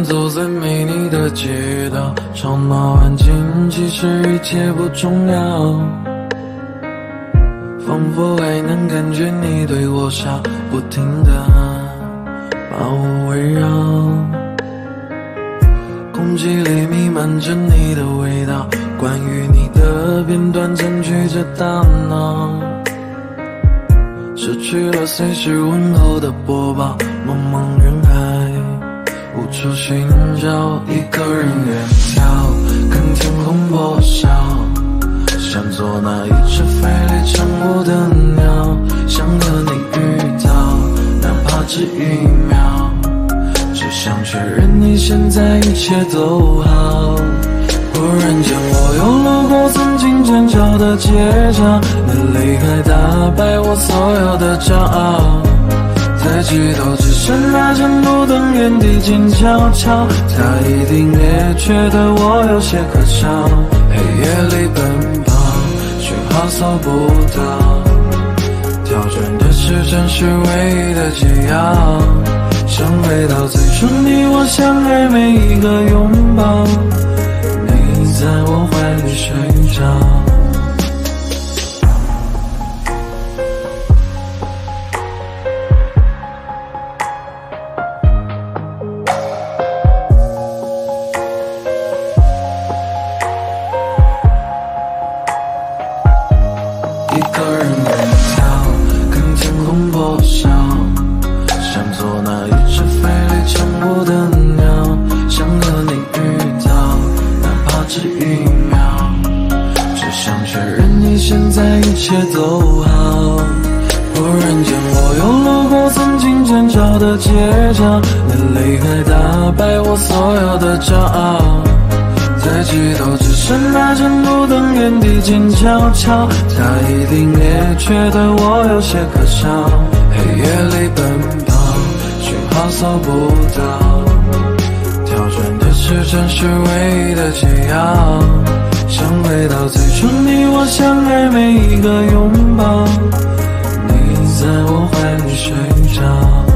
走在美丽的街道，吵闹安静，其实一切不重要。仿佛还能感觉你对我笑，不停地把我围绕。空气里弥漫着你的味道，关于你的片段占据着大脑。失去了随时问候的播报，茫茫人海无处寻找，一个人远眺，看天空破晓，想做那一只飞离成我的鸟，想和你遇到，哪怕只一秒，只想确认你现在一切都好。忽然间我又路过曾经转角的街角，你离开打败我所有的骄傲，抬起头只剩那盏路灯原地静悄悄，他一定也觉得我有些可笑。黑夜里奔跑，讯号搜不到，跳转的时针是唯一的解药，想回到最初你我相爱每一个拥抱，你在我怀里睡着。一个人远眺，看天空破晓，想做那一只飞离成我的鸟，想和你遇到，哪怕只一秒，只想确认你现在一切都好。忽然间我又路过曾经转角的街角，你离开打败我所有的骄傲，抬起头只剩那盏路灯原地静悄悄，他一定也觉得我有些可笑。黑夜里奔跑，讯号搜不到，跳转的时针是唯一的解药，想回到最初你我相爱每一个拥抱，你在我怀里睡着。